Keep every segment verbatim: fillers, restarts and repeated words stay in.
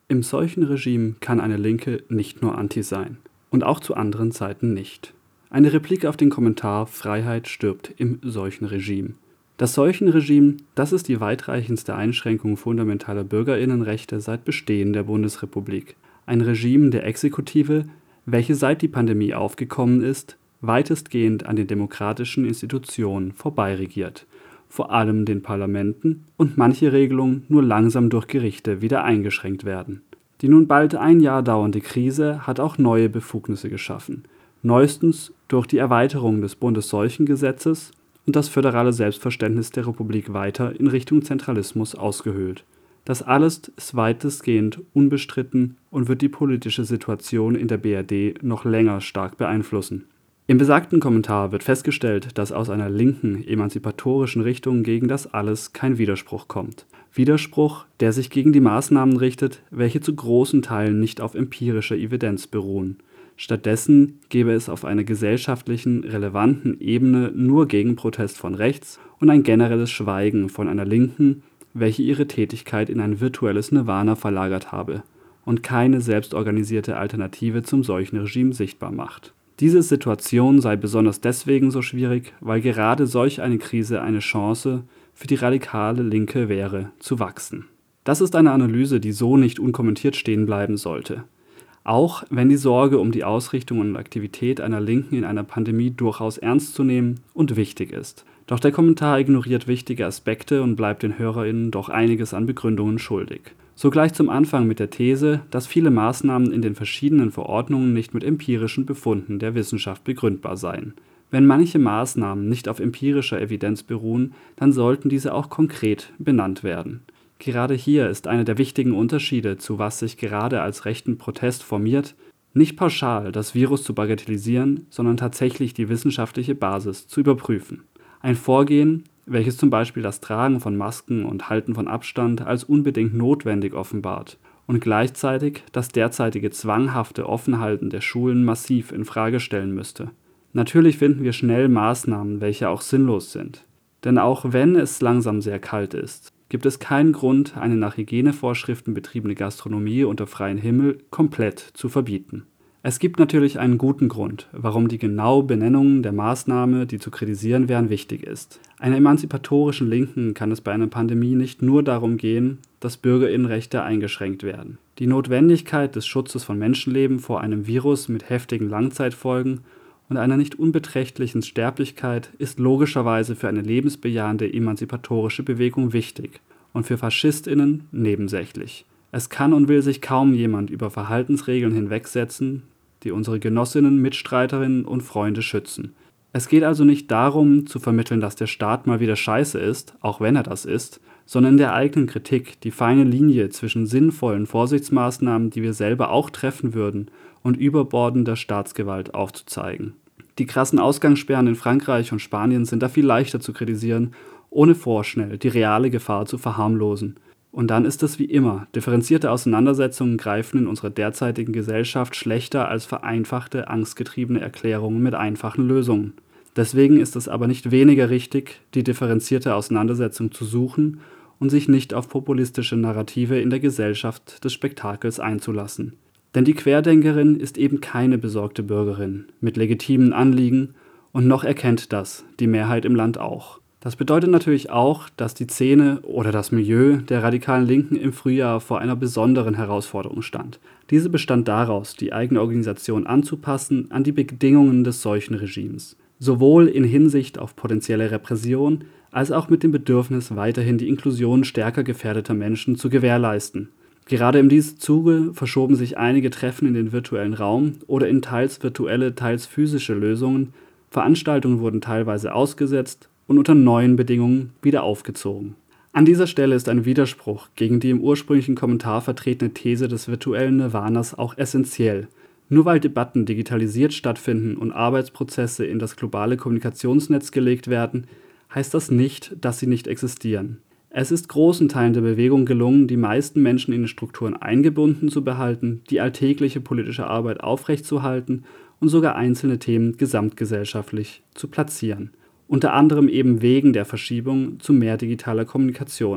Im solchen Regime kann eine Linke nicht nur anti sein. Und auch zu anderen Zeiten nicht. Eine Replik auf den Kommentar Freiheit stirbt im solchen Regime. Das Seuchenregime, das ist die weitreichendste Einschränkung fundamentaler Bürgerinnenrechte seit Bestehen der Bundesrepublik. Ein Regime der Exekutive, welche seit die Pandemie aufgekommen ist, weitestgehend an den demokratischen Institutionen vorbeiregiert, vor allem den Parlamenten, und manche Regelungen nur langsam durch Gerichte wieder eingeschränkt werden. Die nun bald ein Jahr dauernde Krise hat auch neue Befugnisse geschaffen, neuestens durch die Erweiterung des Bundesseuchengesetzes und das föderale Selbstverständnis der Republik weiter in Richtung Zentralismus ausgehöhlt. Das alles ist weitestgehend unbestritten und wird die politische Situation in der B R D noch länger stark beeinflussen. Im besagten Kommentar wird festgestellt, dass aus einer linken, emanzipatorischen Richtung gegen das alles kein Widerspruch kommt. Widerspruch, der sich gegen die Maßnahmen richtet, welche zu großen Teilen nicht auf empirischer Evidenz beruhen. Stattdessen gäbe es auf einer gesellschaftlichen, relevanten Ebene nur Gegenprotest von rechts und ein generelles Schweigen von einer Linken, welche ihre Tätigkeit in ein virtuelles Nirvana verlagert habe und keine selbstorganisierte Alternative zum solchen Regime sichtbar macht. Diese Situation sei besonders deswegen so schwierig, weil gerade solch eine Krise eine Chance für die radikale Linke wäre, zu wachsen. Das ist eine Analyse, die so nicht unkommentiert stehen bleiben sollte. Auch wenn die Sorge um die Ausrichtung und Aktivität einer Linken in einer Pandemie durchaus ernst zu nehmen und wichtig ist. Doch der Kommentar ignoriert wichtige Aspekte und bleibt den HörerInnen doch einiges an Begründungen schuldig. So gleich zum Anfang mit der These, dass viele Maßnahmen in den verschiedenen Verordnungen nicht mit empirischen Befunden der Wissenschaft begründbar seien. Wenn manche Maßnahmen nicht auf empirischer Evidenz beruhen, dann sollten diese auch konkret benannt werden. Gerade hier ist einer der wichtigen Unterschiede, zu was sich gerade als rechten Protest formiert, nicht pauschal das Virus zu bagatellisieren, sondern tatsächlich die wissenschaftliche Basis zu überprüfen. Ein Vorgehen, welches zum Beispiel das Tragen von Masken und Halten von Abstand als unbedingt notwendig offenbart und gleichzeitig das derzeitige zwanghafte Offenhalten der Schulen massiv in Frage stellen müsste. Natürlich finden wir schnell Maßnahmen, welche auch sinnlos sind. Denn auch wenn es langsam sehr kalt ist, gibt es keinen Grund, eine nach Hygienevorschriften betriebene Gastronomie unter freiem Himmel komplett zu verbieten. Es gibt natürlich einen guten Grund, warum die genaue Benennung der Maßnahme, die zu kritisieren wären, wichtig ist. Einer emanzipatorischen Linken kann es bei einer Pandemie nicht nur darum gehen, dass Bürgerinnenrechte eingeschränkt werden. Die Notwendigkeit des Schutzes von Menschenleben vor einem Virus mit heftigen Langzeitfolgen und einer nicht unbeträchtlichen Sterblichkeit ist logischerweise für eine lebensbejahende emanzipatorische Bewegung wichtig und für FaschistInnen nebensächlich. Es kann und will sich kaum jemand über Verhaltensregeln hinwegsetzen, die unsere Genossinnen, Mitstreiterinnen und Freunde schützen. Es geht also nicht darum, zu vermitteln, dass der Staat mal wieder scheiße ist, auch wenn er das ist, sondern in der eigenen Kritik die feine Linie zwischen sinnvollen Vorsichtsmaßnahmen, die wir selber auch treffen würden, und überbordender Staatsgewalt aufzuzeigen. Die krassen Ausgangssperren in Frankreich und Spanien sind da viel leichter zu kritisieren, ohne vorschnell die reale Gefahr zu verharmlosen. Und dann ist es wie immer, differenzierte Auseinandersetzungen greifen in unserer derzeitigen Gesellschaft schlechter als vereinfachte, angstgetriebene Erklärungen mit einfachen Lösungen. Deswegen ist es aber nicht weniger richtig, die differenzierte Auseinandersetzung zu suchen und sich nicht auf populistische Narrative in der Gesellschaft des Spektakels einzulassen. Denn die Querdenkerin ist eben keine besorgte Bürgerin mit legitimen Anliegen und noch erkennt das die Mehrheit im Land auch. Das bedeutet natürlich auch, dass die Szene oder das Milieu der radikalen Linken im Frühjahr vor einer besonderen Herausforderung stand. Diese bestand daraus, die eigene Organisation anzupassen an die Bedingungen des solchen Regimes. Sowohl in Hinsicht auf potenzielle Repression, als auch mit dem Bedürfnis, weiterhin die Inklusion stärker gefährdeter Menschen zu gewährleisten. Gerade in diesem Zuge verschoben sich einige Treffen in den virtuellen Raum oder in teils virtuelle, teils physische Lösungen. Veranstaltungen wurden teilweise ausgesetzt und unter neuen Bedingungen wieder aufgezogen. An dieser Stelle ist ein Widerspruch gegen die im ursprünglichen Kommentar vertretene These des virtuellen Nirvanas auch essentiell. Nur weil Debatten digitalisiert stattfinden und Arbeitsprozesse in das globale Kommunikationsnetz gelegt werden, heißt das nicht, dass sie nicht existieren. Es ist großen Teilen der Bewegung gelungen, die meisten Menschen in den Strukturen eingebunden zu behalten, die alltägliche politische Arbeit aufrechtzuerhalten und sogar einzelne Themen gesamtgesellschaftlich zu platzieren. Unter anderem eben wegen der Verschiebung zu mehr digitaler Kommunikation.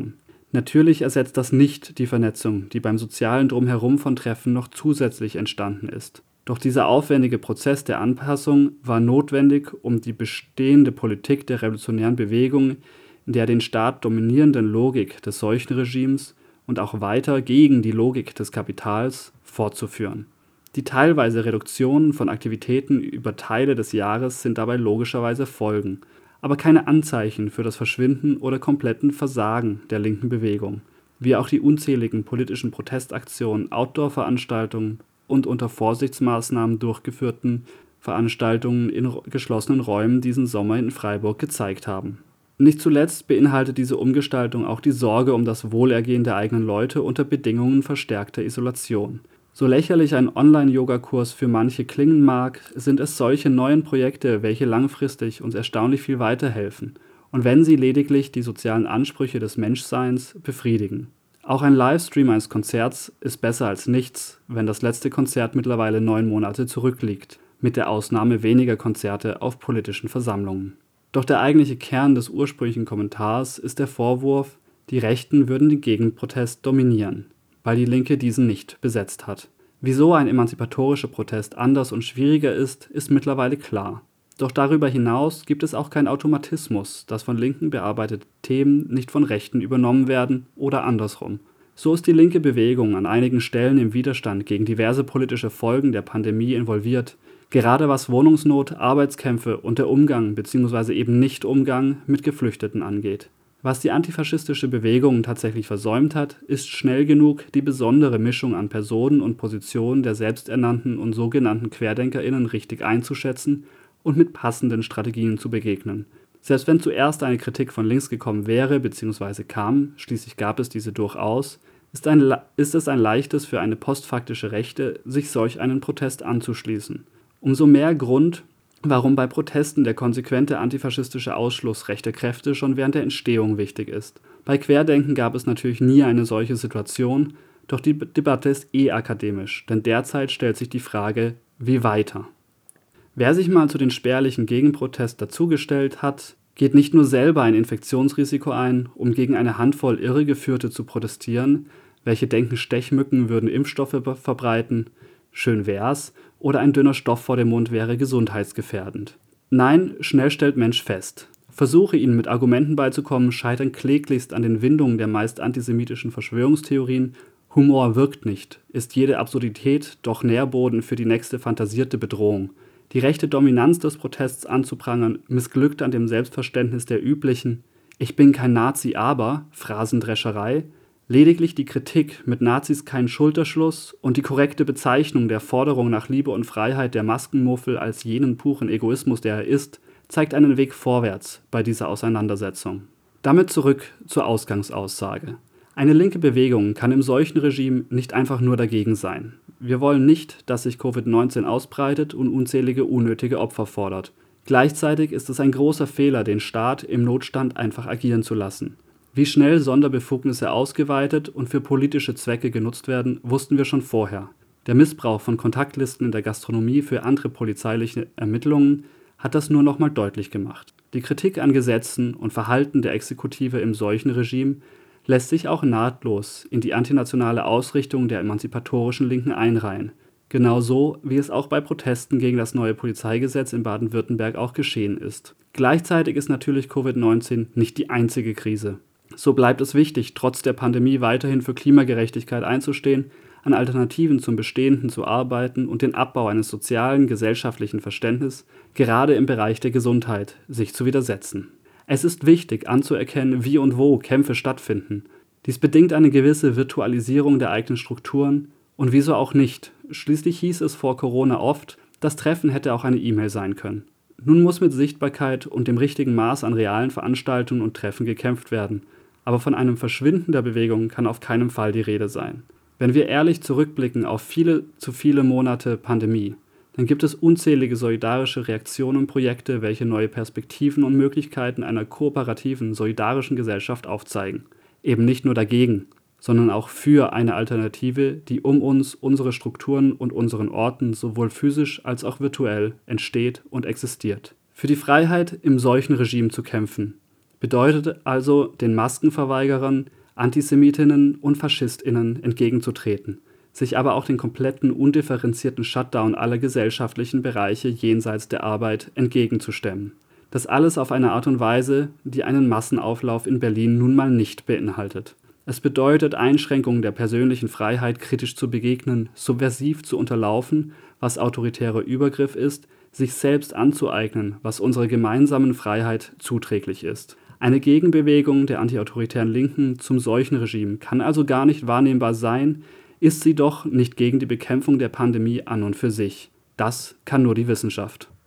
Natürlich ersetzt das nicht die Vernetzung, die beim sozialen Drumherum von Treffen noch zusätzlich entstanden ist. Doch dieser aufwendige Prozess der Anpassung war notwendig, um die bestehende Politik der revolutionären Bewegung, in der den Staat dominierenden Logik des Seuchenregimes und auch weiter gegen die Logik des Kapitals fortzuführen. Die teilweise Reduktion von Aktivitäten über Teile des Jahres sind dabei logischerweise Folgen, aber keine Anzeichen für das Verschwinden oder kompletten Versagen der linken Bewegung, wie auch die unzähligen politischen Protestaktionen, Outdoor-Veranstaltungen und unter Vorsichtsmaßnahmen durchgeführten Veranstaltungen in geschlossenen Räumen diesen Sommer in Freiburg gezeigt haben. Nicht zuletzt beinhaltet diese Umgestaltung auch die Sorge um das Wohlergehen der eigenen Leute unter Bedingungen verstärkter Isolation. So lächerlich ein Online-Yoga-Kurs für manche klingen mag, sind es solche neuen Projekte, welche langfristig uns erstaunlich viel weiterhelfen und wenn sie lediglich die sozialen Ansprüche des Menschseins befriedigen. Auch ein Livestream eines Konzerts ist besser als nichts, wenn das letzte Konzert mittlerweile neun Monate zurückliegt, mit der Ausnahme weniger Konzerte auf politischen Versammlungen. Doch der eigentliche Kern des ursprünglichen Kommentars ist der Vorwurf, die Rechten würden den Gegenprotest dominieren, weil die Linke diesen nicht besetzt hat. Wieso ein emanzipatorischer Protest anders und schwieriger ist, ist mittlerweile klar. Doch darüber hinaus gibt es auch keinen Automatismus, dass von Linken bearbeitete Themen nicht von Rechten übernommen werden oder andersrum. So ist die linke Bewegung an einigen Stellen im Widerstand gegen diverse politische Folgen der Pandemie involviert, gerade was Wohnungsnot, Arbeitskämpfe und der Umgang bzw. eben Nicht-Umgang mit Geflüchteten angeht. Was die antifaschistische Bewegung tatsächlich versäumt hat, ist schnell genug die besondere Mischung an Personen und Positionen der selbsternannten und sogenannten QuerdenkerInnen richtig einzuschätzen und mit passenden Strategien zu begegnen. Selbst wenn zuerst eine Kritik von links gekommen wäre bzw. kam, schließlich gab es diese durchaus, ist, ein, ist es ein leichtes für eine postfaktische Rechte, sich solch einen Protest anzuschließen. Umso mehr Grund, warum bei Protesten der konsequente antifaschistische Ausschluss rechter Kräfte schon während der Entstehung wichtig ist. Bei Querdenken gab es natürlich nie eine solche Situation, doch die Debatte ist eh akademisch, denn derzeit stellt sich die Frage, wie weiter? Wer sich mal zu den spärlichen Gegenprotest dazugestellt hat, geht nicht nur selber ein Infektionsrisiko ein, um gegen eine Handvoll Irregeführte zu protestieren, welche denken, Stechmücken würden Impfstoffe verbreiten, schön wär's, oder ein dünner Stoff vor dem Mund wäre gesundheitsgefährdend. Nein, schnell stellt Mensch fest. Versuche, ihnen mit Argumenten beizukommen, scheitern kläglichst an den Windungen der meist antisemitischen Verschwörungstheorien. Humor wirkt nicht, ist jede Absurdität doch Nährboden für die nächste fantasierte Bedrohung. Die rechte Dominanz des Protests anzuprangern, missglückt an dem Selbstverständnis der üblichen „Ich bin kein Nazi, aber" Phrasendrescherei. Lediglich die Kritik, mit Nazis keinen Schulterschluss und die korrekte Bezeichnung der Forderung nach Liebe und Freiheit der Maskenmuffel als jenen puren Egoismus, der er ist, zeigt einen Weg vorwärts bei dieser Auseinandersetzung. Damit zurück zur Ausgangsaussage. Eine linke Bewegung kann im Seuchenregime nicht einfach nur dagegen sein. Wir wollen nicht, dass sich Covid neunzehn ausbreitet und unzählige unnötige Opfer fordert. Gleichzeitig ist es ein großer Fehler, den Staat im Notstand einfach agieren zu lassen. Wie schnell Sonderbefugnisse ausgeweitet und für politische Zwecke genutzt werden, wussten wir schon vorher. Der Missbrauch von Kontaktlisten in der Gastronomie für andere polizeiliche Ermittlungen hat das nur noch mal deutlich gemacht. Die Kritik an Gesetzen und Verhalten der Exekutive im Seuchenregime lässt sich auch nahtlos in die antinationale Ausrichtung der emanzipatorischen Linken einreihen. Genauso wie es auch bei Protesten gegen das neue Polizeigesetz in Baden-Württemberg auch geschehen ist. Gleichzeitig ist natürlich Covid neunzehn nicht die einzige Krise. So bleibt es wichtig, trotz der Pandemie weiterhin für Klimagerechtigkeit einzustehen, an Alternativen zum Bestehenden zu arbeiten und den Abbau eines sozialen, gesellschaftlichen Verständnisses, gerade im Bereich der Gesundheit, sich zu widersetzen. Es ist wichtig anzuerkennen, wie und wo Kämpfe stattfinden. Dies bedingt eine gewisse Virtualisierung der eigenen Strukturen und wieso auch nicht. Schließlich hieß es vor Corona oft, das Treffen hätte auch eine E-Mail sein können. Nun muss mit Sichtbarkeit und dem richtigen Maß an realen Veranstaltungen und Treffen gekämpft werden. Aber von einem Verschwinden der Bewegung kann auf keinen Fall die Rede sein. Wenn wir ehrlich zurückblicken auf viele zu viele Monate Pandemie, dann gibt es unzählige solidarische Reaktionen und Projekte, welche neue Perspektiven und Möglichkeiten einer kooperativen, solidarischen Gesellschaft aufzeigen. Eben nicht nur dagegen, sondern auch für eine Alternative, die um uns, unsere Strukturen und unseren Orten sowohl physisch als auch virtuell entsteht und existiert. Für die Freiheit im Seuchenregime zu kämpfen, bedeutet also den Maskenverweigerern, Antisemitinnen und Faschistinnen entgegenzutreten, sich aber auch den kompletten undifferenzierten Shutdown aller gesellschaftlichen Bereiche jenseits der Arbeit entgegenzustemmen. Das alles auf eine Art und Weise, die einen Massenauflauf in Berlin nun mal nicht beinhaltet. Es bedeutet, Einschränkungen der persönlichen Freiheit kritisch zu begegnen, subversiv zu unterlaufen, was autoritärer Übergriff ist, sich selbst anzueignen, was unserer gemeinsamen Freiheit zuträglich ist. Eine Gegenbewegung der antiautoritären Linken zum solchen Regime kann also gar nicht wahrnehmbar sein, ist sie doch nicht gegen die Bekämpfung der Pandemie an und für sich. Das kann nur die Wissenschaft.